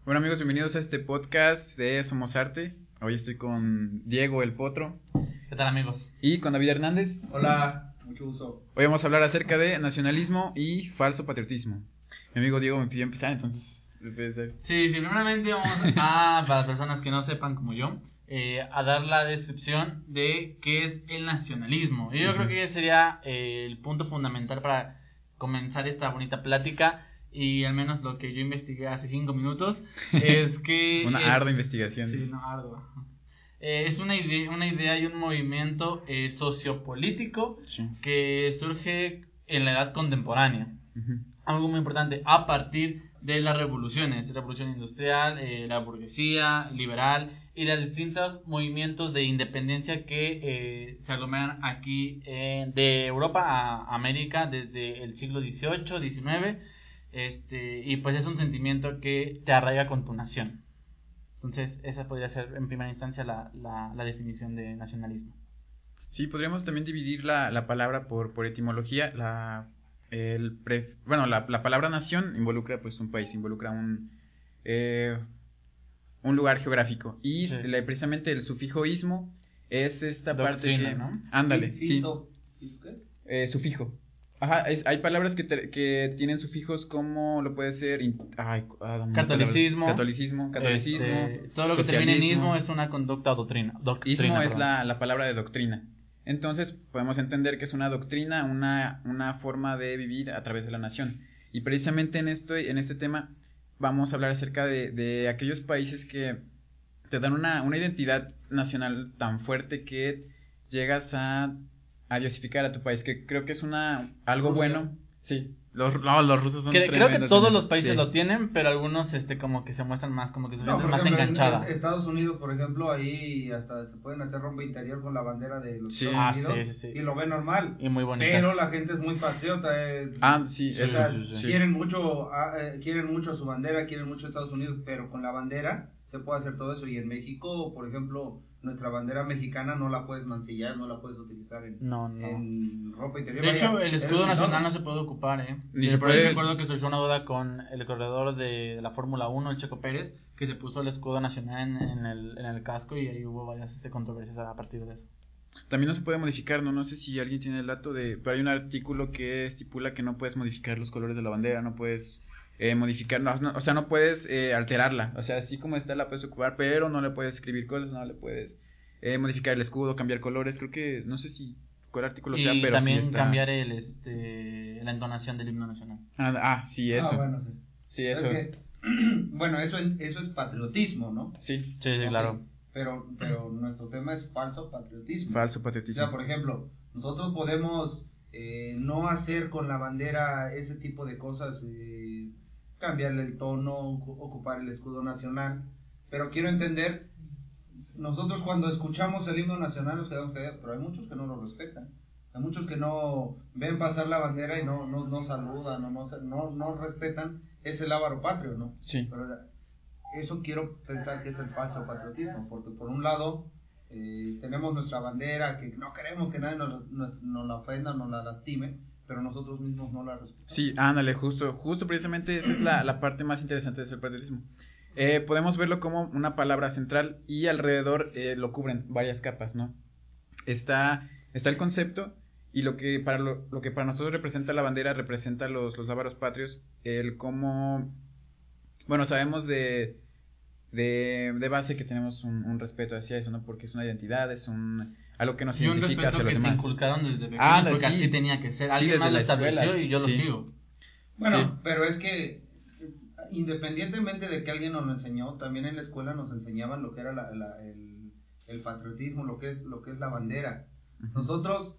Bueno amigos, bienvenidos a este podcast de Somos Arte. Hoy estoy con Diego el Potro. ¿Qué tal amigos? Y con David Hernández. Hola, mucho gusto. Hoy vamos a hablar acerca de nacionalismo y falso patriotismo. Mi amigo Diego me pidió empezar, entonces puede ser. Sí, primeramente vamos a, para personas que no sepan como yo, a dar la descripción de qué es el nacionalismo. Y yo creo que ese sería el punto fundamental para comenzar esta bonita plática. Y al menos lo que yo investigué hace 5 minutos es que Una ardua investigación. Sí, no, ardua. Es una idea y un movimiento sociopolítico que surge en la edad contemporánea. Algo muy importante, a partir de las revoluciones, revolución industrial, la burguesía liberal y los distintos movimientos de independencia que se aglomeran aquí de Europa a América desde el siglo XVIII, XIX. Y pues es un sentimiento que te arraiga con tu nación. Entonces esa podría ser en primera instancia la definición de nacionalismo. Sí, podríamos también dividir la palabra por etimología. La palabra nación involucra pues un país, involucra un lugar geográfico. Y precisamente el sufijo ismo es esta doctrina, parte que... ¿no? Ándale, sí. ¿Qué? Sufijo. Ajá, hay palabras que tienen sufijos como lo puede ser catolicismo, todo lo que termina en ismo es una conducta o doctrina. Ismo es la palabra de doctrina. Entonces podemos entender que es una doctrina, una forma de vivir a través de la nación. Y precisamente en este tema vamos a hablar acerca de aquellos países que te dan una identidad nacional tan fuerte que llegas a diosificar a tu país, que creo que es algo Rusia. Bueno. Sí, los rusos son creo que todos los países sí. lo tienen, pero algunos como que se muestran más, como que su gente es más ejemplo, enganchada. En Estados Unidos, por ejemplo, ahí hasta se pueden hacer rompe interior con la bandera de los Sí. Estados Unidos Sí. y lo ven normal. Y muy bonitas. Pero la gente es muy patriota. Sí, o sea, sí. Quieren mucho a su bandera, quieren mucho a Estados Unidos, pero con la bandera se puede hacer todo eso. Y en México, por ejemplo, nuestra bandera mexicana no la puedes mancillar, no la puedes utilizar en ropa interior. De hecho, el escudo nacional no se puede ocupar, Por ahí recuerdo que surgió una duda con el corredor de la Fórmula 1, el Checo Pérez, que se puso el escudo nacional en el casco y ahí hubo varias controversias a partir de eso. También no se puede modificar, no sé si alguien tiene el dato pero hay un artículo que estipula que no puedes modificar los colores de la bandera, no puedes modificar, o sea, no puedes alterarla, o sea, así como está la puedes ocupar, pero no le puedes escribir cosas, no le puedes modificar el escudo, cambiar colores, creo que, no sé si cuál artículo sea, pero también sí está... cambiar la entonación del himno nacional. Sí, eso. Bueno, sí. Sí, eso. Bueno, eso es patriotismo, ¿no? Sí, okay. Claro. Pero nuestro tema es falso patriotismo. Falso patriotismo. O sea, por ejemplo, nosotros podemos no hacer con la bandera ese tipo de cosas, cambiarle el tono, ocupar el escudo nacional, pero quiero entender, nosotros cuando escuchamos el himno nacional nos quedamos callados, pero hay muchos que no lo respetan. Hay muchos que no ven pasar la bandera y no saludan, no respetan ese lábaro patrio, ¿no? Sí. Pero eso quiero pensar que es el falso patriotismo, porque por un lado tenemos nuestra bandera, que no queremos que nadie nos la ofenda, nos la lastime, pero nosotros mismos no la respetamos. Sí, ándale, justo precisamente esa es la parte más interesante de ese patriotismo. Podemos verlo como una palabra central y alrededor lo cubren varias capas, ¿no? Está el concepto y lo que para nosotros representa la bandera representa los lábaros patrios, el cómo, bueno, sabemos de base que tenemos un respeto hacia eso, ¿no? Porque es una identidad, es algo que nos identifica hacia los demás. Y un respeto que te inculcaron desde pequeños, porque así tenía que ser. Alguien más lo estableció y yo lo sigo. Bueno, pero es que independientemente de que alguien nos lo enseñó, también en la escuela nos enseñaban lo que era el patriotismo, lo que es la bandera. Nosotros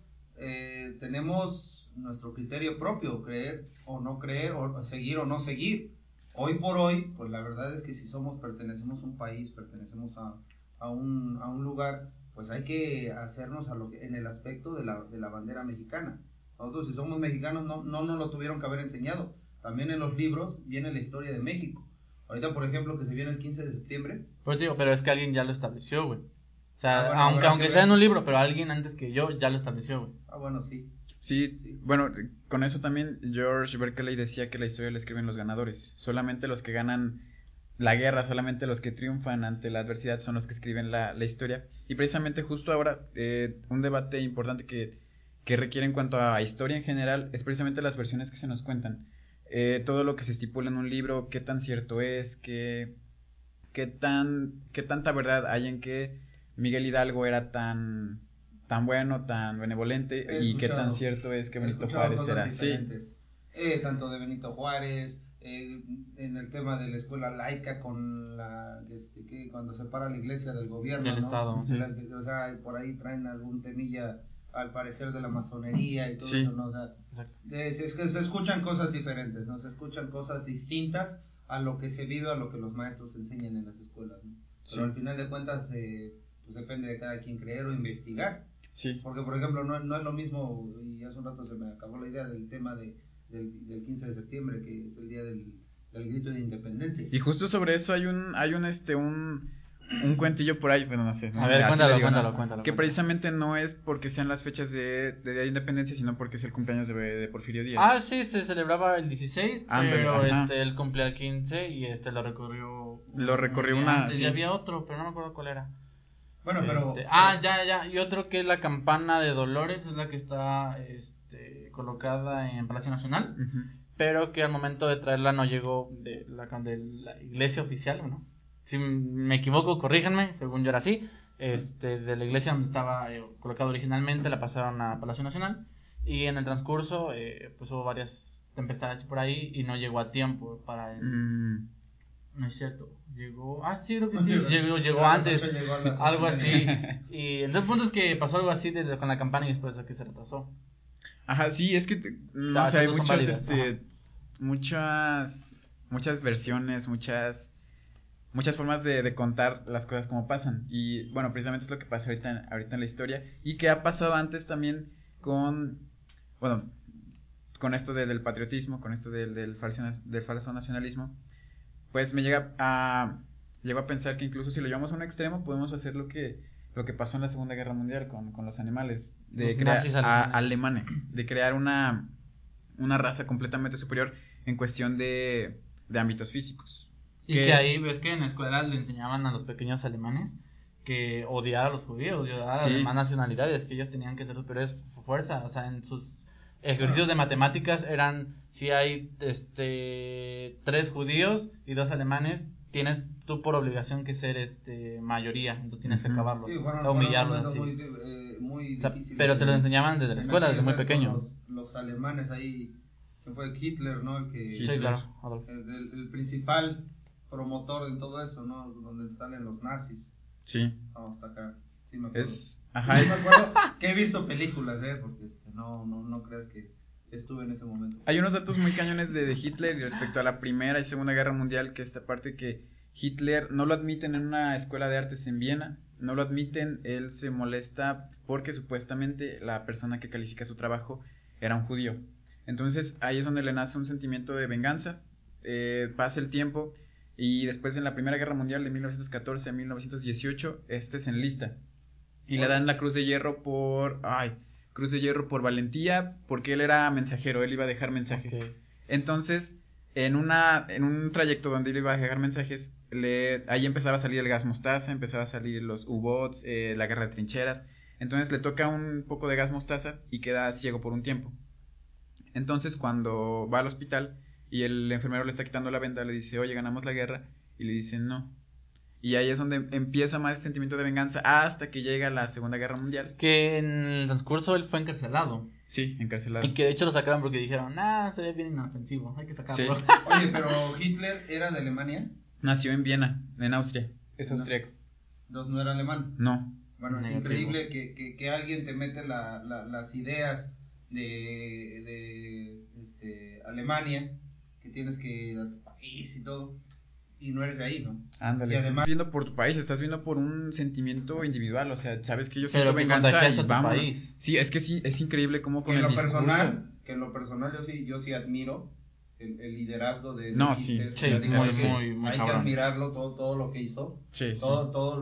tenemos nuestro criterio propio, creer o no creer, o seguir o no seguir. Hoy por hoy, pues la verdad es que si pertenecemos a un país, pertenecemos a un lugar, pues hay que hacernos en el aspecto de la bandera mexicana. Nosotros, si somos mexicanos, no nos lo tuvieron que haber enseñado. También en los libros viene la historia de México. Ahorita, por ejemplo, que se viene el 15 de septiembre. Pues digo, pero es que alguien ya lo estableció, güey. O sea, aunque sea en un libro, pero alguien antes que yo ya lo estableció, güey. Bueno, sí. Sí, bueno, con eso también George Berkeley decía que la historia la escriben los ganadores. Solamente los que ganan la guerra, solamente los que triunfan ante la adversidad son los que escriben la historia. Y precisamente justo ahora, un debate importante que requiere en cuanto a historia en general es precisamente las versiones que se nos cuentan. Todo lo que se estipula en un libro, qué tan cierto es, qué tanta verdad hay en que Miguel Hidalgo era tan bueno, tan benevolente, y qué tan cierto es que Benito Juárez era así. Tanto de Benito Juárez, en el tema de la escuela laica con que cuando separa la iglesia del gobierno, del ¿no? Estado, sí. O sea, por ahí traen algún temilla al parecer de la masonería y todo sí. eso, ¿no? O sea, es que se escuchan cosas diferentes, ¿no? Se escuchan cosas distintas a lo que se vive, a lo que los maestros enseñan en las escuelas, ¿no? Pero al final de cuentas, pues depende de cada quien creer o investigar. Sí. Porque, por ejemplo, no es lo mismo, y hace un rato se me acabó la idea del tema del 15 de septiembre, que es el día del grito de independencia. Y justo sobre eso hay un cuentillo por ahí, bueno, no sé. A ver, cuéntalo. Que precisamente no es porque sean las fechas de Día de Independencia, sino porque es el cumpleaños de Porfirio Díaz. Ah, sí, se celebraba el 16, pero ajá. Él cumplía el 15 y lo recorrió. Sí. Y había otro, pero no me acuerdo cuál era. Bueno, pero... ya. Y otro que es la campana de Dolores, es la que está colocada en Palacio Nacional, pero que al momento de traerla no llegó de la iglesia oficial, ¿no? Si me equivoco, corríjanme, según yo era así. De la iglesia donde estaba colocado originalmente, la pasaron a Palacio Nacional, y en el transcurso pues hubo varias tempestades por ahí y no llegó a tiempo para el... No es cierto, llegó... Ah, sí, creo que sí, llegó antes, algo así. Y entonces el punto es que pasó algo así con la campana y después que se retrasó. Ajá, sí, es que no sé, hay muchas versiones, muchas formas de contar las cosas como pasan. Y bueno, precisamente es lo que pasa ahorita en la historia, y que ha pasado antes también con esto del patriotismo, con esto del falso nacionalismo. Pues me llego a pensar que incluso si lo llevamos a un extremo, podemos hacer lo que pasó en la Segunda Guerra Mundial con los animales, de crear alemanes, de crear una raza completamente superior en cuestión de ámbitos físicos. Y que ahí ves que en escuelas le enseñaban a los pequeños alemanes que odiar a los judíos, odiar a las demás nacionalidades, que ellos tenían que ser superiores fuerza, o sea, en sus ejercicios de matemáticas eran, si hay 3 judíos y 2 alemanes, tienes tú por obligación que ser mayoría, entonces tienes que acabarlos, humillarlos así. Muy difíciles, pero te lo enseñaban desde la escuela, desde muy pequeño. Los alemanes ahí, que fue Hitler, ¿no? Sí, claro, el principal promotor de todo eso, ¿no? Donde salen los nazis. Sí. Hasta acá. Sí me acuerdo. Me acuerdo que he visto películas, porque no creas que estuve en ese momento. Hay unos datos muy cañones de Hitler y respecto a la Primera y Segunda Guerra Mundial, que esta parte que Hitler no lo admiten en una escuela de artes en Viena, no lo admiten, él se molesta porque supuestamente la persona que califica su trabajo era un judío. Entonces ahí es donde le nace un sentimiento de venganza, pasa el tiempo y después en la Primera Guerra Mundial de 1914 a 1918 se enlista y le dan la Cruz de Hierro por valentía, porque él era mensajero, él iba a dejar mensajes. Okay. Entonces, en un trayecto donde él iba a dejar mensajes, ahí empezaba a salir el gas mostaza, empezaba a salir los U-boats, la guerra de trincheras. Entonces le toca un poco de gas mostaza y queda ciego por un tiempo. Entonces, cuando va al hospital y el enfermero le está quitando la venda, le dice, oye, ganamos la guerra, y le dicen no. Y ahí es donde empieza más ese sentimiento de venganza hasta que llega la Segunda Guerra Mundial. Que en el transcurso él fue encarcelado. Sí, encarcelado. Y que de hecho lo sacaron porque dijeron, se ve bien inofensivo, hay que sacarlo. Sí. Oye, pero Hitler era de Alemania. Nació en Viena, en Austria. Es austríaco. Entonces no era alemán. No. Bueno, es increíble que alguien te mete las ideas de Alemania, que tienes que ir a tu país y todo. Y no eres de ahí, ¿no? Ándale, además, estás viendo por tu país, estás viendo por un sentimiento individual, o sea, sabes que yo siento venganza y vamos. País. Sí, es que sí, es increíble cómo con el discurso. Que en lo personal yo sí admiro el liderazgo de no, Hitler. Sí, muy hay que admirarlo, todo lo que hizo. Sí, todo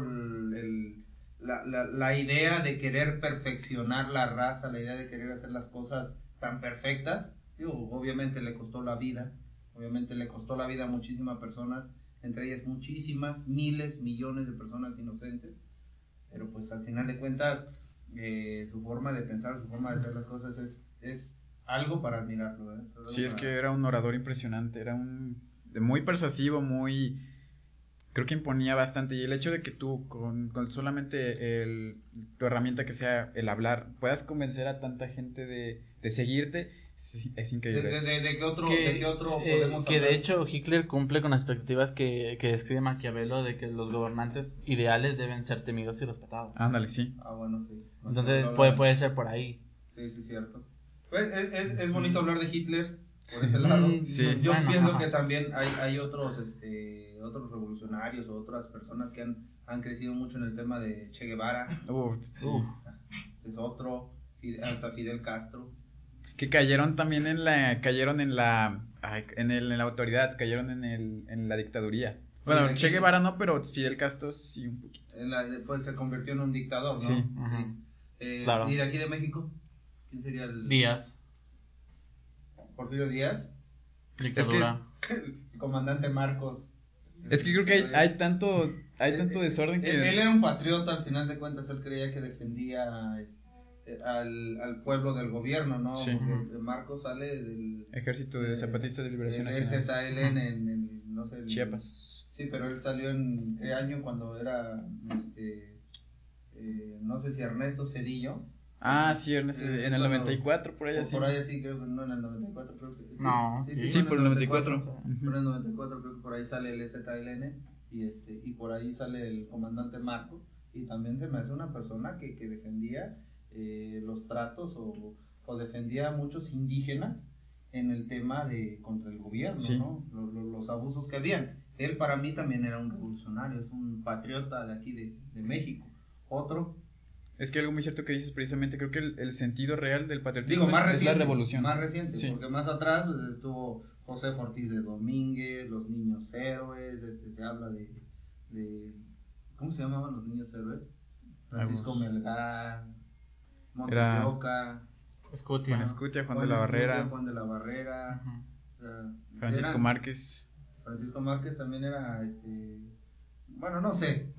la idea de querer perfeccionar la raza, la idea de querer hacer las cosas tan perfectas, obviamente le costó la vida a muchísimas personas. entre ellas muchísimas, miles, millones de personas inocentes, pero pues al final de cuentas su forma de pensar, su forma de hacer las cosas es algo para admirarlo, ¿eh? Sí, es que era un orador impresionante, era muy persuasivo, creo que imponía bastante, y el hecho de que tú con solamente tu herramienta que sea el hablar puedas convencer a tanta gente de seguirte, es increíble. ¿De qué otro podemos que hablar? De hecho Hitler cumple con las expectativas que describe Maquiavelo, de que los gobernantes ideales deben ser temidos y respetados. Ándale, sí. Bueno, sí. Entonces puede ser por ahí. Sí, cierto. Pues es bonito hablar de Hitler por ese lado. Sí. Yo pienso que también hay otros otros revolucionarios o otras personas que han crecido mucho en el tema de Che Guevara. Sí. Es otro, hasta Fidel Castro. Que cayeron también en la autoridad, cayeron en la dictaduría. Bueno, Che Guevara no, pero Fidel Castro sí un poquito. Pues se convirtió en un dictador, ¿no? Sí. Claro. ¿Y de aquí de México? ¿Quién sería el...? Díaz. ¿Porfirio Díaz? Dictadura. El comandante Marcos. Es que creo que hay tanto desorden que... Él era un patriota, al final de cuentas, él creía que defendía al pueblo del gobierno, ¿no? Sí. Porque Marcos sale del... Ejército de Zapatistas de Liberación Nacional. EZLN en no sé... Chiapas. Sí, pero él salió en qué año, cuando era, no sé si Ernesto Cedillo. Sí, Ernesto, en el 94, por ahí así. Por ahí así, creo que no, en el 94, creo que sí. No, sí, por el 94. Por el 94 creo que por ahí sale el EZLN y por ahí sale el comandante Marcos, y también se me hace una persona que defendía los tratos o defendía a muchos indígenas en el tema contra el gobierno, sí. ¿no? Los abusos que habían. Él para mí también era un revolucionario, es un patriota de aquí de México. Otro. Es que algo muy cierto que dices precisamente, creo que el sentido real del patriotismo más reciente, es la revolución. Más reciente, sí. Porque más atrás pues estuvo José Ortiz de Domínguez, los niños héroes, se habla de ¿cómo se llamaban los niños héroes? Francisco Melgar, Montes de Oca, Escutia, Juan de la Barrera. Francisco Márquez. Francisco Márquez también era bueno, no sé,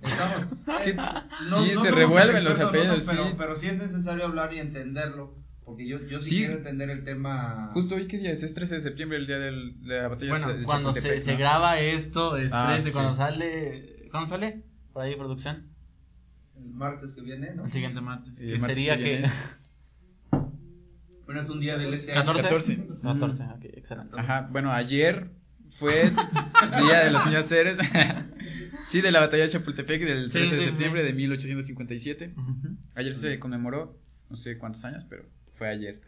se revuelven los apellidos, pero sí es necesario hablar y entenderlo, porque yo sí quiero entender el tema. Justo hoy, ¿qué día es? Es 13 de septiembre, el día de la batalla de Chapultepec. Cuando se graba esto, es 13, sí. ¿Cuándo sale? Por ahí, producción. El martes que viene, ¿no? El siguiente martes. Que sería que... Bueno, es un día del 14, ok, excelente. Ajá, bueno, ayer fue Día de los Niños Héroes. Sí, de la batalla de Chapultepec del 13 de septiembre de 1857. Ayer se conmemoró, no sé cuántos años, pero fue ayer.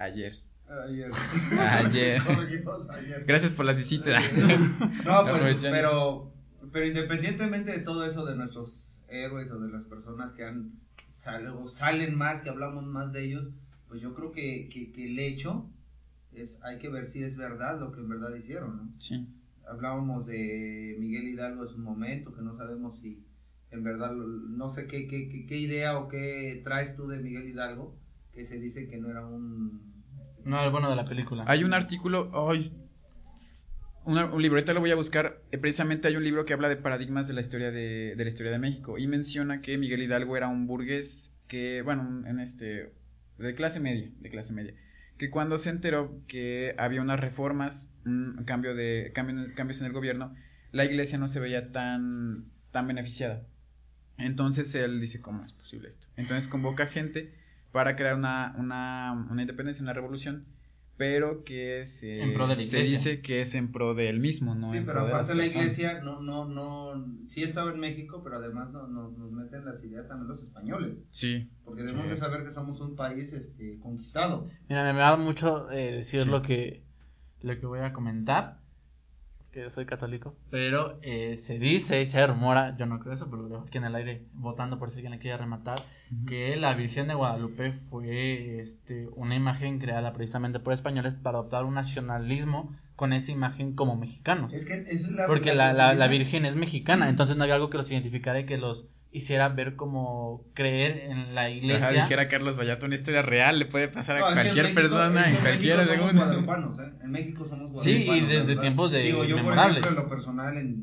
Gracias por las visitas. No, pues, pero independientemente de todo eso, de nuestros héroes o de las personas que salen más, que hablamos más de ellos, pues yo creo que el hecho hay que ver si es verdad lo que en verdad hicieron, ¿no? Sí. Hablábamos de Miguel Hidalgo en su momento, que no sabemos si en verdad, no sé qué idea o qué traes tú de Miguel Hidalgo, que se dice que no era un... No era el bueno de la película. Hay un artículo, un libro, ahorita lo voy a buscar, precisamente hay un libro que habla de paradigmas de la historia de México, y menciona que Miguel Hidalgo era un burgués que, bueno, de clase media, que cuando se enteró que había unas reformas, cambios en el gobierno, la iglesia no se veía tan beneficiada. Entonces él dice, ¿cómo es posible esto? Entonces convoca gente para crear una independencia, una revolución, pero que se dice que es en pro de él mismo, ¿no? Sí, pero aparte la iglesia no, sí estaba en México, pero además nos meten las ideas también los españoles. Sí. Porque debemos de saber que somos un país conquistado. Mira, me da mucho decir lo que voy a comentar, porque yo soy católico, pero se dice y se rumora, yo no creo eso, pero lo dejo aquí en el aire votando por si alguien le quiere rematar, que la Virgen de Guadalupe fue una imagen creada precisamente por españoles para adoptar un nacionalismo con esa imagen como mexicanos. Es que es porque la Virgen es mexicana, entonces no había algo que los identificara y que los hiciera ver como creer en la iglesia. Ajá, dijera Carlos Vallarta, una historia real, le puede pasar a cualquier persona en cualquier segundo. En México somos guadalupanos. Sí, y desde tiempos yo memorables. por ejemplo, en lo personal, en sus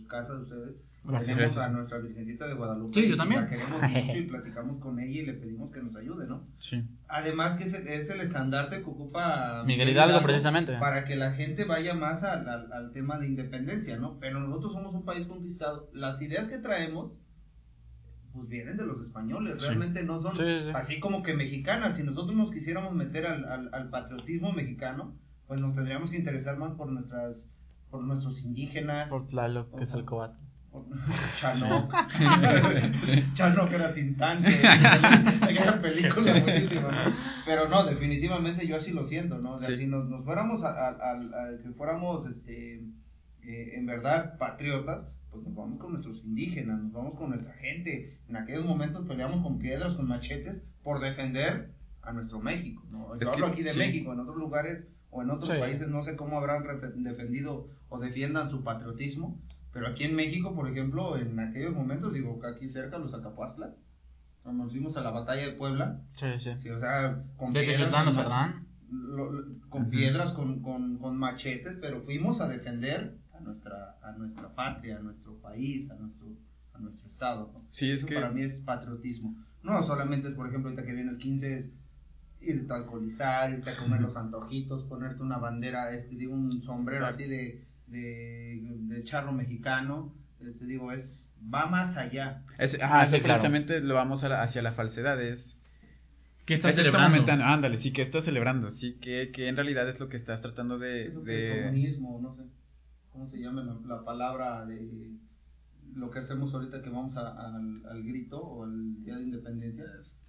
casa de ustedes. Gracias. Tenemos a nuestra Virgencita de Guadalupe. Sí, yo también. La queremos mucho y platicamos con ella y le pedimos que nos ayude, ¿no? Sí. Además que es el estandarte que ocupa Miguel Hidalgo, precisamente. Para que la gente vaya más al tema de independencia, ¿no? Pero nosotros somos un país conquistado. Las ideas que traemos, pues vienen de los españoles. Sí. Realmente no son Sí. así como que mexicanas. Si nosotros nos quisiéramos meter al patriotismo mexicano, pues nos tendríamos que interesar más por nuestros indígenas. Por Tlaloc, que es el cobat. Chanoc. Chanoc era Tintán, aquella película buenísima, ¿no? Pero no, definitivamente yo así lo siento, ¿no? O sea, Sí. si nos fuéramos que fuéramos en verdad patriotas, pues nos vamos con nuestros indígenas, nos vamos con nuestra gente. En aquellos momentos peleamos con piedras, con machetes por defender a nuestro México, ¿no? Yo hablo aquí de México, en otros lugares o en otros países no sé cómo habrán defendido o defiendan su patriotismo. Pero aquí en México, por ejemplo, en aquellos momentos, digo, aquí cerca, los Acapuastlas, cuando nos fuimos a la batalla de Puebla, Sí. o sea, con De piedras, Teciutlán, con piedras, con machetes, pero fuimos a defender a nuestra patria, a nuestro país, a nuestro estado, ¿no? Sí, Eso para mí es patriotismo. No solamente es, por ejemplo, ahorita que viene el 15, es irte a alcoholizar, irte a comer los antojitos, ponerte una bandera, digo, un sombrero así de charro mexicano, va más allá. Eso claro. precisamente lo vamos hacia la falsedad, ¿Qué estás es esto celebrando? momentáneo, ándale, sí, que estás celebrando, sí, que en realidad es lo que estás tratando Eso que es comunismo, no sé, ¿cómo se llama la palabra de lo que hacemos ahorita que vamos al grito o al día de independencia?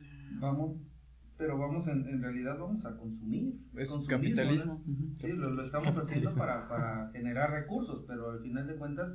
Vamos en realidad vamos a consumir. Es capitalismo. ¿no? Sí, lo estamos haciendo para generar recursos, pero al final de cuentas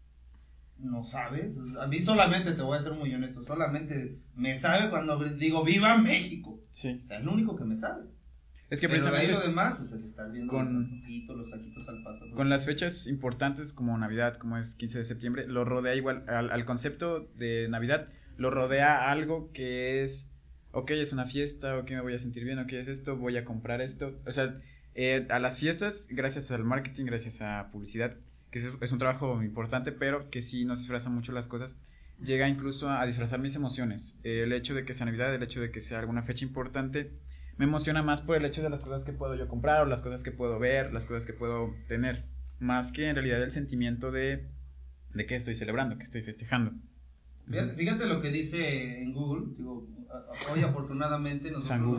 no sabes. A mí solamente, te voy a ser muy honesto, solamente me sabe cuando digo ¡Viva México! Sí. O sea, es lo único que me sabe. Es que pero precisamente de ahí lo demás, pues el estar viendo los taquitos al paso. Con las fechas importantes como Navidad, como es 15 de septiembre, lo rodea igual, al concepto de Navidad, lo rodea algo que es, ok, es una fiesta, ok, me voy a sentir bien, ok, es esto, voy a comprar esto. O sea, a las fiestas, gracias al marketing, gracias a publicidad, que es un trabajo importante, pero que sí nos disfraza mucho las cosas, llega incluso a disfrazar mis emociones. El hecho de que sea Navidad, el hecho de que sea alguna fecha importante, me emociona más por el hecho de las cosas que puedo yo comprar, o las cosas que puedo ver, las cosas que puedo tener, más que en realidad el sentimiento de que estoy celebrando, que estoy festejando. Fíjate lo que dice en Google. Digo, hoy afortunadamente nosotros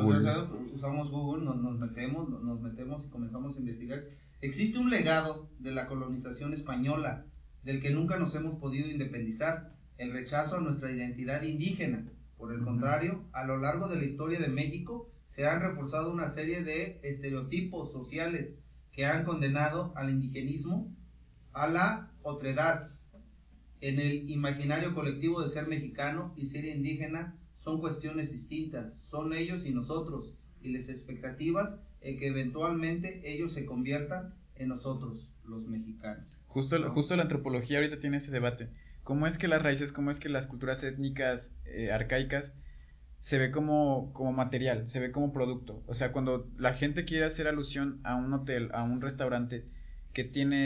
usamos Google, nos metemos y comenzamos a investigar. Existe un legado de la colonización española del que nunca nos hemos podido independizar, el rechazo a nuestra identidad indígena. Por el contrario, a lo largo de la historia de México se han reforzado una serie de estereotipos sociales que han condenado al indigenismo a la otredad. En el imaginario colectivo de ser mexicano y ser indígena son cuestiones distintas, son ellos y nosotros, y las expectativas que eventualmente ellos se conviertan en nosotros, los mexicanos. Justo la antropología ahorita tiene ese debate. ¿Cómo es que las raíces, cómo es que las culturas étnicas arcaicas se ve como material, se ve como producto? O sea, cuando la gente quiere hacer alusión a un hotel, a un restaurante que tiene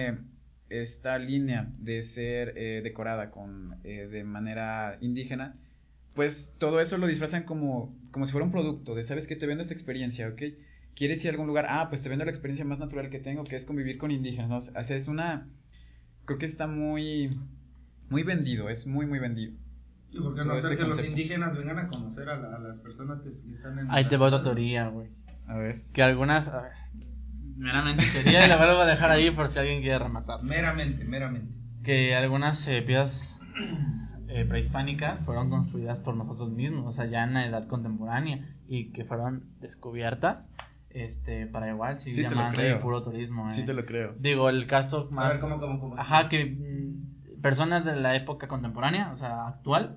esta línea de ser decorada de manera indígena, pues todo eso lo disfrazan como si fuera un producto, de sabes que te vendo esta experiencia, ¿ok? ¿Quieres ir a algún lugar? Pues te vendo la experiencia más natural que tengo, que es convivir con indígenas, ¿no? O sea, creo que está muy vendido, es muy vendido. ¿Y por qué no hacer que los indígenas vengan a conocer a las personas que están en ahí te va otra teoría, güey. A ver. Que algunas, meramente teoría, y la vuelvo a dejar ahí por si alguien quiere rematar. Meramente. Que algunas piezas prehispánicas fueron construidas por nosotros mismos, o sea, ya en la edad contemporánea, y que fueron descubiertas para igual seguir llamando el puro turismo. Sí te lo creo. Digo, el caso más... A ver, ¿cómo? Ajá, que personas de la época contemporánea, o sea, actual,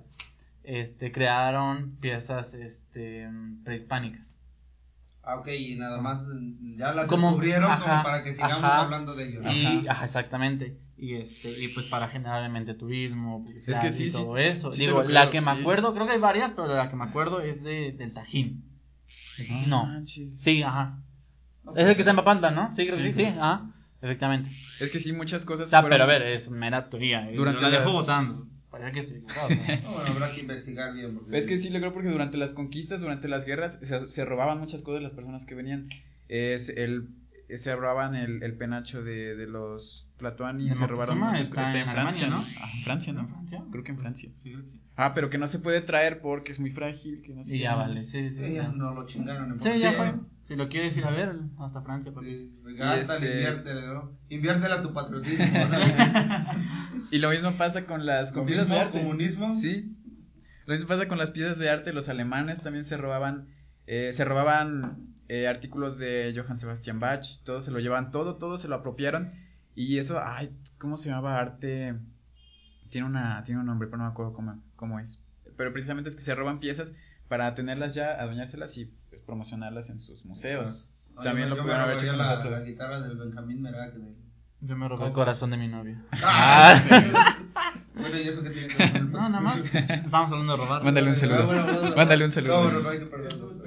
crearon piezas prehispánicas. Ok, y nada más ya las descubrieron como para que sigamos hablando de ellos. Exactamente. Y pues para generar obviamente turismo, publicidad, es que y todo eso. Sí digo, la que me acuerdo, creo que hay varias, pero la que me acuerdo es del Tajín. Sí, ajá. Es el que está en Papantla, ¿no? Sí, creo que sí, ajá. Efectivamente. Es que sí, muchas cosas. O sea, pero a ver, es mera teoría. Durante la dejo las- votando. Parece que estoy equivocado. ¿no? Bueno, habrá que investigar bien. Porque... Es que sí lo creo porque durante las conquistas, durante las guerras, se robaban muchas cosas las personas que venían. Se robaban el penacho de los Tlatoani, se robaron Moctezuma muchas está cosas. Está en en Francia, Alemania, ¿no? Ah, en Francia, ¿no? ¿En Francia? Creo que en Francia. Sí, creo que sí. Ah, pero que no se puede traer porque es muy frágil, que no sé Y qué. ya vale, sí. Ellos no lo chingaron en Sí, ya Portugal. fue. Si lo quieres ir a ver, hasta Francia, papi. Sí, gástale, inviértele, ¿no? Inviértele a tu patriotismo. Y lo mismo pasa con las con piezas de arte. ¿Comunismo? Sí. Lo mismo pasa con las piezas de arte. Los alemanes también se robaban artículos de Johann Sebastian Bach. Todo se lo llevaban, todo se lo apropiaron. Y eso, ay, ¿cómo se llamaba? Arte. Tiene un nombre, pero no me acuerdo cómo es. Pero precisamente es que se roban piezas para tenerlas ya, adueñárselas y pues, promocionarlas en sus museos. No, también lo pudieron haber hecho con nosotros. La guitarra del Benjamín Merak. Yo me robé el corazón de mi novia. Bueno, ¿y eso qué tiene que ver con el No, nada más. Estábamos hablando de robar. Mándale un saludo. Bueno. Mándale un saludo. No, hay que perderlo.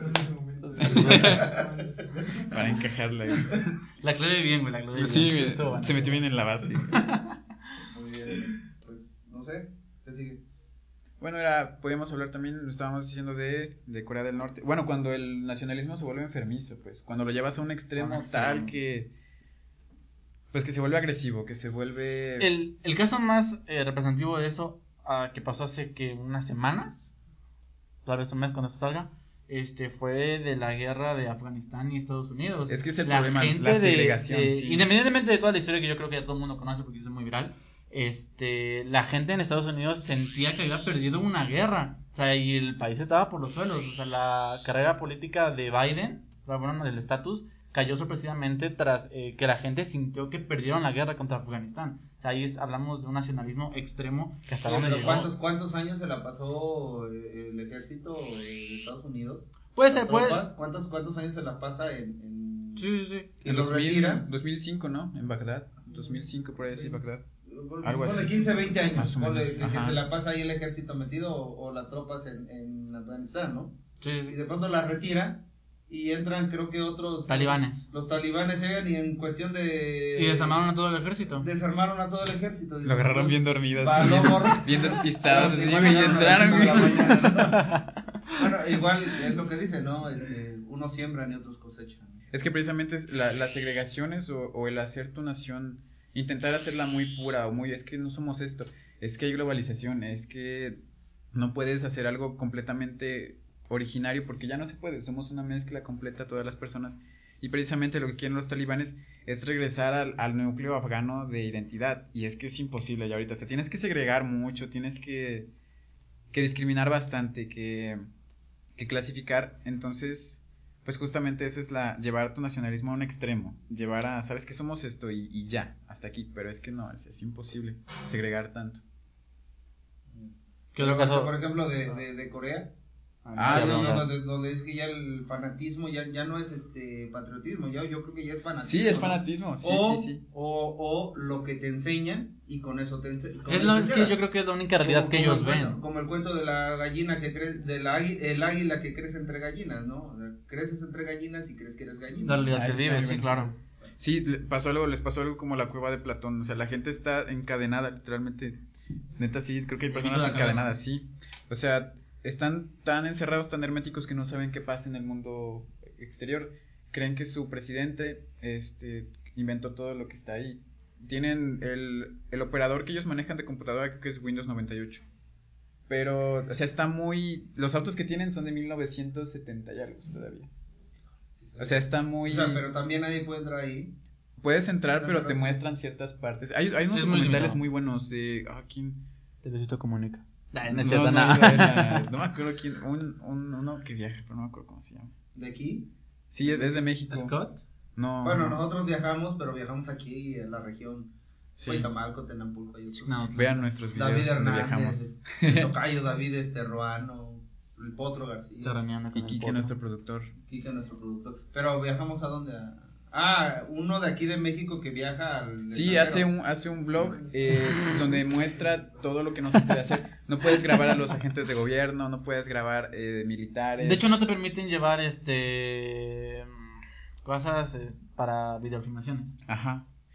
Para encajarla. La clave bien, güey, la clave Sí, bien. Estuvo buena. se metió bien en la base. Muy bien. Pues, no sé. ¿Qué sigue? Bueno, podíamos hablar también, estábamos diciendo de Corea del Norte. Bueno, cuando el nacionalismo se vuelve enfermizo, pues, cuando lo llevas a un extremo tal que, pues, que se vuelve agresivo, que se vuelve... El caso más representativo de eso, que pasó hace que unas semanas, tal vez un mes cuando esto salga, fue de la guerra de Afganistán y Estados Unidos. Es que es el problema, la segregación, sí. Independientemente de toda la historia que yo creo que ya todo el mundo conoce porque es muy viral, la gente en Estados Unidos sentía que había perdido una guerra, o sea, y el país estaba por los suelos, o sea, la carrera política de Biden, bueno, del estatus, cayó sorpresivamente tras que la gente sintió que perdieron la guerra contra Afganistán. O sea, ahí hablamos de un nacionalismo extremo que hasta donde llegó. ¿Cuántos años se la pasó el ejército de Estados Unidos? Puede ser, ¿Cuántos años se la pasa en Sí. En 2005, ¿no? En Bagdad. 2005 por ahí sí, Bagdad. Algo así. 15, 20 años. Más o menos. Que se la pasa ahí el ejército metido o las tropas en Afganistán, ¿no? Sí. Y de pronto la retira y entran, creo que otros talibanes. Los talibanes llegan y en cuestión de... Y desarmaron a todo el ejército. Desarmaron a todo el ejército. Lo agarraron bien dormido, bien despistados, así, y entraron. Bueno, igual es lo que dice, ¿no? Unos siembran y otros cosechan. Es que precisamente las segregaciones o el hacer tu nación, intentar hacerla muy pura o muy, es que no somos esto, es que hay globalización, es que no puedes hacer algo completamente originario porque ya no se puede, somos una mezcla completa todas las personas y precisamente lo que quieren los talibanes es regresar al núcleo afgano de identidad y es que es imposible ya ahorita, o sea, tienes que segregar mucho, tienes que discriminar bastante, que clasificar, entonces pues justamente eso es llevar tu nacionalismo a un extremo, llevar a, sabes que somos esto y ya, hasta aquí, pero es que no, es imposible segregar tanto. ¿Qué es lo que pasó? Por ejemplo, de Corea. Sí. Donde es que ya el fanatismo ya no es patriotismo, yo creo que ya es fanatismo. Sí, es fanatismo, ¿no? sí. O lo que te enseñan y con eso te enseñan. Es que yo creo que es la única realidad que ellos ven. Como el cuento de la gallina que crece, el águila que crece entre gallinas, ¿no? O sea, creces entre gallinas y crees que eres gallina. La realidad que vives, sí, claro. Sí, les pasó algo como la cueva de Platón, o sea, la gente está encadenada, literalmente, neta sí, creo que hay personas encadenadas, sí, o sea, están tan encerrados, tan herméticos que no saben qué pasa en el mundo exterior, creen que su presidente, inventó todo lo que está ahí, tienen el operador que ellos manejan de computadora, creo que es Windows 98, pero, o sea, los autos que tienen son de 1970 y algo todavía. O sea, está muy... O sea, pero también nadie puede entrar ahí. Puedes entrar, pero te muestran ciertas partes. Hay unos documentales muy buenos de... ¿quién? Televisión Comunica. No es cierto, nada. No me acuerdo quién... Uno que viaja, pero no me acuerdo cómo se llama. ¿De aquí? Sí, es de México. ¿Scott? No. Bueno, nosotros viajamos, pero viajamos aquí en la región. Sí. Huitamalco, Tenanpulco. Vean nuestros videos David donde Hernández, viajamos. Tocayo David Ruano, el Potro García. Y Quique, nuestro productor. Pero viajamos a dónde? Uno de aquí de México que viaja al... Sí, hace un blog donde muestra todo lo que no se puede hacer. No puedes grabar a los agentes de gobierno, no puedes grabar militares. De hecho, no te permiten llevar cosas para videofilmaciones. Ajá.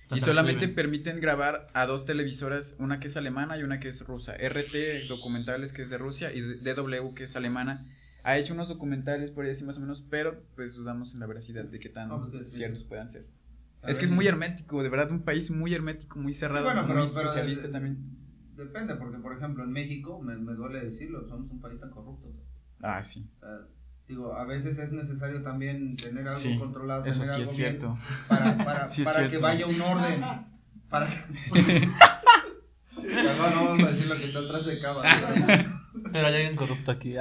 Y solamente permiten grabar a 2 televisoras, una que es alemana y una que es rusa. RT Documentales, que es de Rusia, y DW, que es alemana. Ha hecho unos documentales por ahí así más o menos, pero pues dudamos en la veracidad de qué tan ciertos puedan ser. Es que es muy hermético, de verdad, un país muy hermético, muy cerrado, muy socialista también. Depende, porque por ejemplo en México, me duele decirlo, somos un país tan corrupto. Ah, sí. Digo, a veces es necesario también tener algo controlado, eso tener sí algo es bien cierto. para que vaya un orden. Para que... no vamos a decir lo que está atrás de cámara. Pero hay alguien corrupto aquí.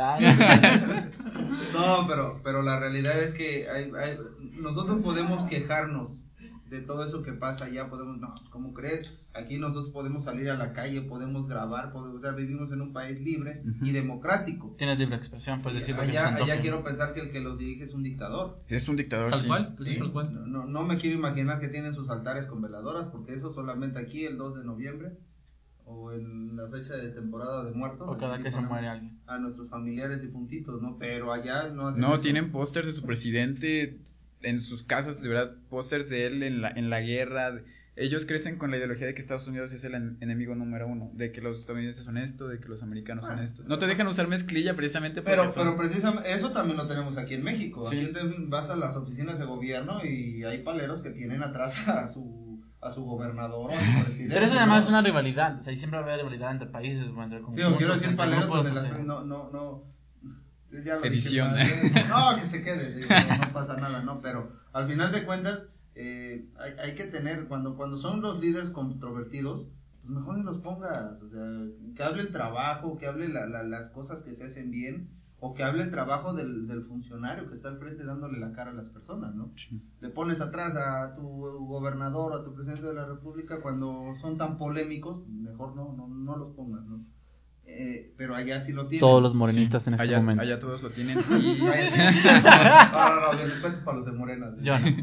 No, pero la realidad es que nosotros podemos quejarnos de todo eso que pasa allá, no, ¿cómo crees? Aquí nosotros podemos salir a la calle, podemos grabar, o sea, vivimos en un país libre y democrático. Tienes libre expresión, puedes decir lo que allá quiero pensar que el que los dirige es un dictador. Es un dictador, tal cual, ¿sí? Tal cual. No me quiero imaginar que tienen sus altares con veladoras, porque eso solamente aquí el 2 de noviembre o en la fecha de temporada de muertos. O cada que se muere alguien. A nuestros familiares difuntitos, ¿no? Pero allá no hacen No, eso. tienen pósters de su presidente en sus casas, de verdad, pósters de él en la guerra. Ellos crecen con la ideología de que Estados Unidos es el enemigo número 1, de que los estadounidenses son esto, de que los americanos son esto. No te dejan usar mezclilla precisamente porque pero precisamente eso también lo tenemos aquí en México. Sí. Aquí vas a las oficinas de gobierno y hay paleros que tienen atrás a su gobernador o a su presidente. Pero eso además es una rivalidad, o sea, siempre va a haber rivalidad entre países o entre conjuntos. Digo, quiero decir paleros grupos, donde no ya lo edición. Dije, no, que se quede, digo, no pasa nada, ¿no? Pero al final de cuentas, hay que tener, cuando son los líderes controvertidos, pues mejor ni los pongas, o sea, que hable el trabajo, que hable las cosas que se hacen bien, o que hable el trabajo del funcionario que está al frente dándole la cara a las personas, ¿no? Sí. Le pones atrás a tu gobernador o a tu presidente de la república cuando son tan polémicos, mejor no los pongas, ¿no? Pero allá sí lo tienen. Todos los morenistas en este momento. Allá todos lo tienen. Y... No, de respeto para los de Morena. Yo no.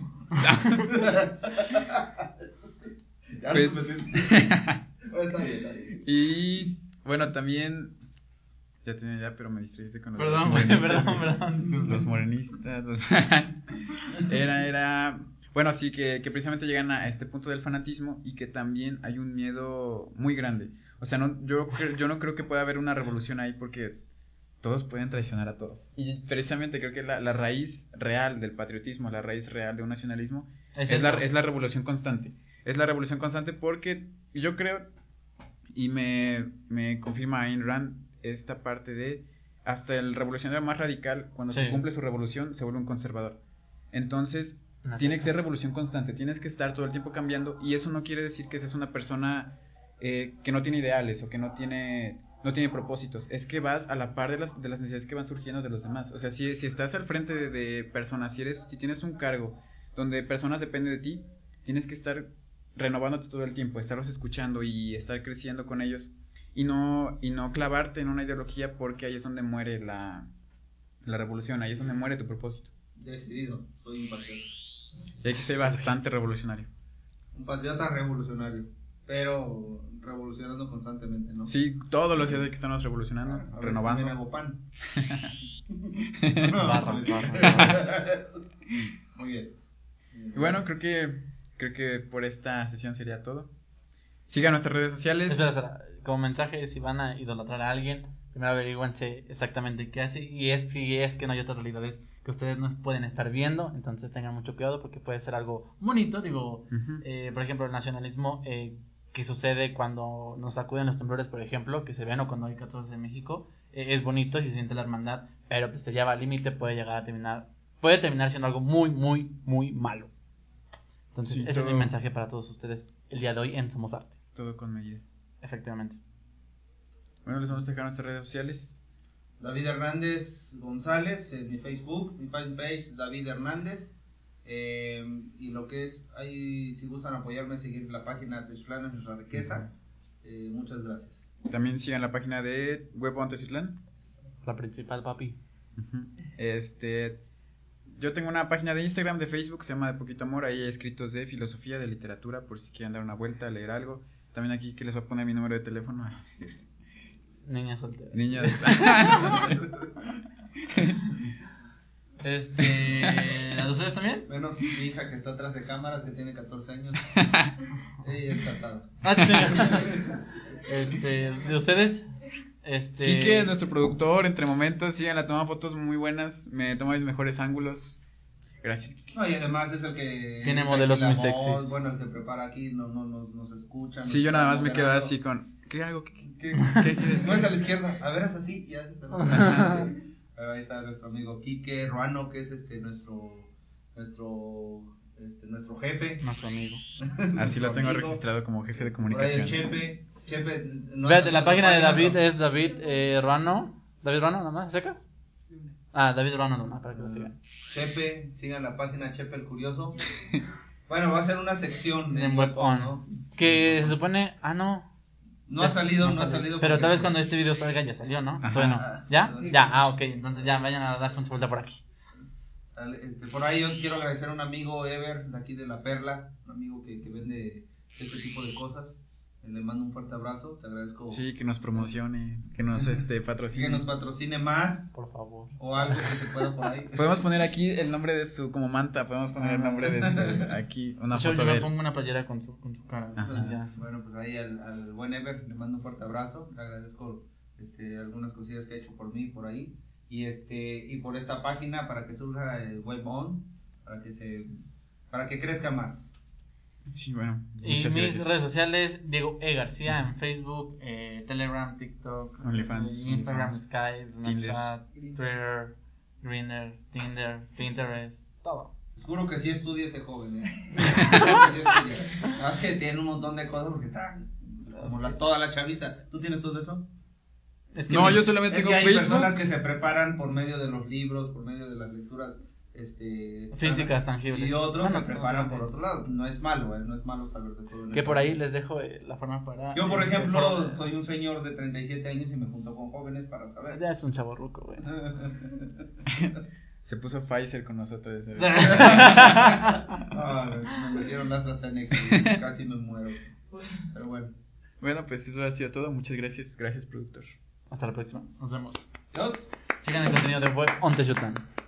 Pues... Está bien. Y bueno, también... Ya, pero me distraíste con los morenistas. Perdón. Los morenistas. Era... Bueno, sí, que precisamente llegan a este punto del fanatismo y que también hay un miedo muy grande. O sea, yo no creo que pueda haber una revolución ahí porque todos pueden traicionar a todos. Y precisamente creo que la raíz real del patriotismo, la raíz real de un nacionalismo es la revolución constante. Es la revolución constante porque yo creo, y me confirma Ayn Rand, esta parte de hasta el revolucionario más radical, cuando se cumple su revolución, se vuelve un conservador. Entonces, tiene que ser revolución constante, tienes que estar todo el tiempo cambiando, y eso no quiere decir que seas una persona que no tiene ideales o que no tiene propósitos. Es que vas a la par de las necesidades que van surgiendo de los demás. O sea, si estás al frente de personas, si tienes un cargo donde personas dependen de ti, tienes que estar renovándote todo el tiempo, estarlos escuchando y estar creciendo con ellos y no clavarte en una ideología, porque ahí es donde muere la revolución, ahí es donde muere tu propósito. Decidido, soy un patriota. Y hay que ser bastante revolucionario. Un patriota revolucionario, pero revolucionando constantemente, ¿no? Sí, todos los días hay que estarnos revolucionando, renovando. También hago pan. Muy bien. Y bueno, creo que por esta sesión sería todo. Sigan nuestras redes sociales. Espera. Como mensaje, si van a idolatrar a alguien, primero averigüense exactamente qué hace, y si es que no hay otras realidades que ustedes no pueden estar viendo, entonces tengan mucho cuidado porque puede ser algo bonito. Digo, por ejemplo, el nacionalismo que sucede cuando nos sacuden los temblores, por ejemplo, que se ven, o cuando hay catástrofes en México, es bonito si se siente la hermandad, pero pues se lleva al límite, puede terminar siendo algo muy, muy, muy malo. Entonces, sí, ese es mi mensaje para todos ustedes el día de hoy en Somos Arte. Todo con medida. Efectivamente. Bueno, les vamos a dejar nuestras redes sociales. David Hernández González en mi Facebook, mi fanpage David Hernández, y lo que es, ahí si gustan apoyarme, seguir la página Teziutlán es nuestra riqueza. Muchas gracias. También sigan la página de Huevo Teziutlán, la principal, papi. Yo tengo una página de Instagram, de Facebook, se llama De Poquito Amor. Ahí hay escritos de filosofía, de literatura, por si quieren dar una vuelta, leer algo. También aquí que les voy a poner mi número de teléfono. Niñas solteras. Niñas. ¿A ustedes también? Menos mi hija que está atrás de cámaras, que tiene 14 años. Ella es casada. ¿De ustedes? Quique, nuestro productor, entre momentos, la toma fotos muy buenas, me toma mis mejores ángulos. Gracias, Quique. No, y además es el que tiene modelos muy sexys. Bueno, el que prepara aquí, nos escucha. Sí, yo nada más me quedo así con, ¿qué hago? ¿Qué quieres? Muévete a la izquierda, a ver, haz así y haces así. Ahí está nuestro amigo Quique Ruano, que es nuestro jefe. Nuestro amigo. Así lo tengo registrado como jefe de comunicación. Chepe, Fíjate, la página de David es David Ruano. ¿David Ruano nomás? ¿Secas? David Ruano nomás, para que lo sigan. Chepe, sigan la página Chepe el Curioso. Bueno, va a ser una sección en Web On, ¿no? Que se supone, no ha salido. Pero tal vez cuando este video salga ya salió, ¿no? Todavía no. ¿Ya? Sí. Ya, ok, entonces ya vayan a darse una vuelta por aquí. Por ahí yo quiero agradecer a un amigo Ever, de aquí de La Perla, un amigo que vende este tipo de cosas. Le mando un fuerte abrazo, te agradezco. Sí, que nos promocione, que nos patrocine. Que nos patrocine más. Por favor. O algo que se pueda por ahí. Podemos poner aquí el nombre de su, como manta, podemos poner el nombre de su, aquí, una foto de él. Yo me pongo una playera con su cara. Bueno, pues ahí al buen Ever le mando un fuerte abrazo, le agradezco algunas cosillas que ha hecho por mí, por ahí. Y por esta página, para que surja el Web On, para que crezca más. Sí, bueno. Y mis redes sociales, Diego E. García en Facebook, Telegram, TikTok, OnlyFans, Instagram, Skype, Snapchat, Twitter, Grindr, Tinder, Pinterest, todo. Seguro que sí estudia ese joven, Es que tiene un montón de cosas porque está como toda la chaviza. ¿Tú tienes todo eso? No, yo solamente tengo hay Facebook. Personas que se preparan por medio de los libros, por medio de las lecturas físicas, tangibles. Y otros se preparan por otro lado. No es malo, no es malo saber de todo. Que por ahí les dejo la forma para. Yo, por ejemplo, soy un señor de 37 años y me junto con jóvenes para saber. Ya es un chavorruco, güey. Se puso Pfizer con nosotros. Me metieron AstraZeneca y casi me muero. Pero bueno. Bueno, pues eso ha sido todo. Muchas gracias. Gracias, productor. Hasta la próxima. Nos vemos. Adiós. Sigan el contenido de Web On Teshutlan.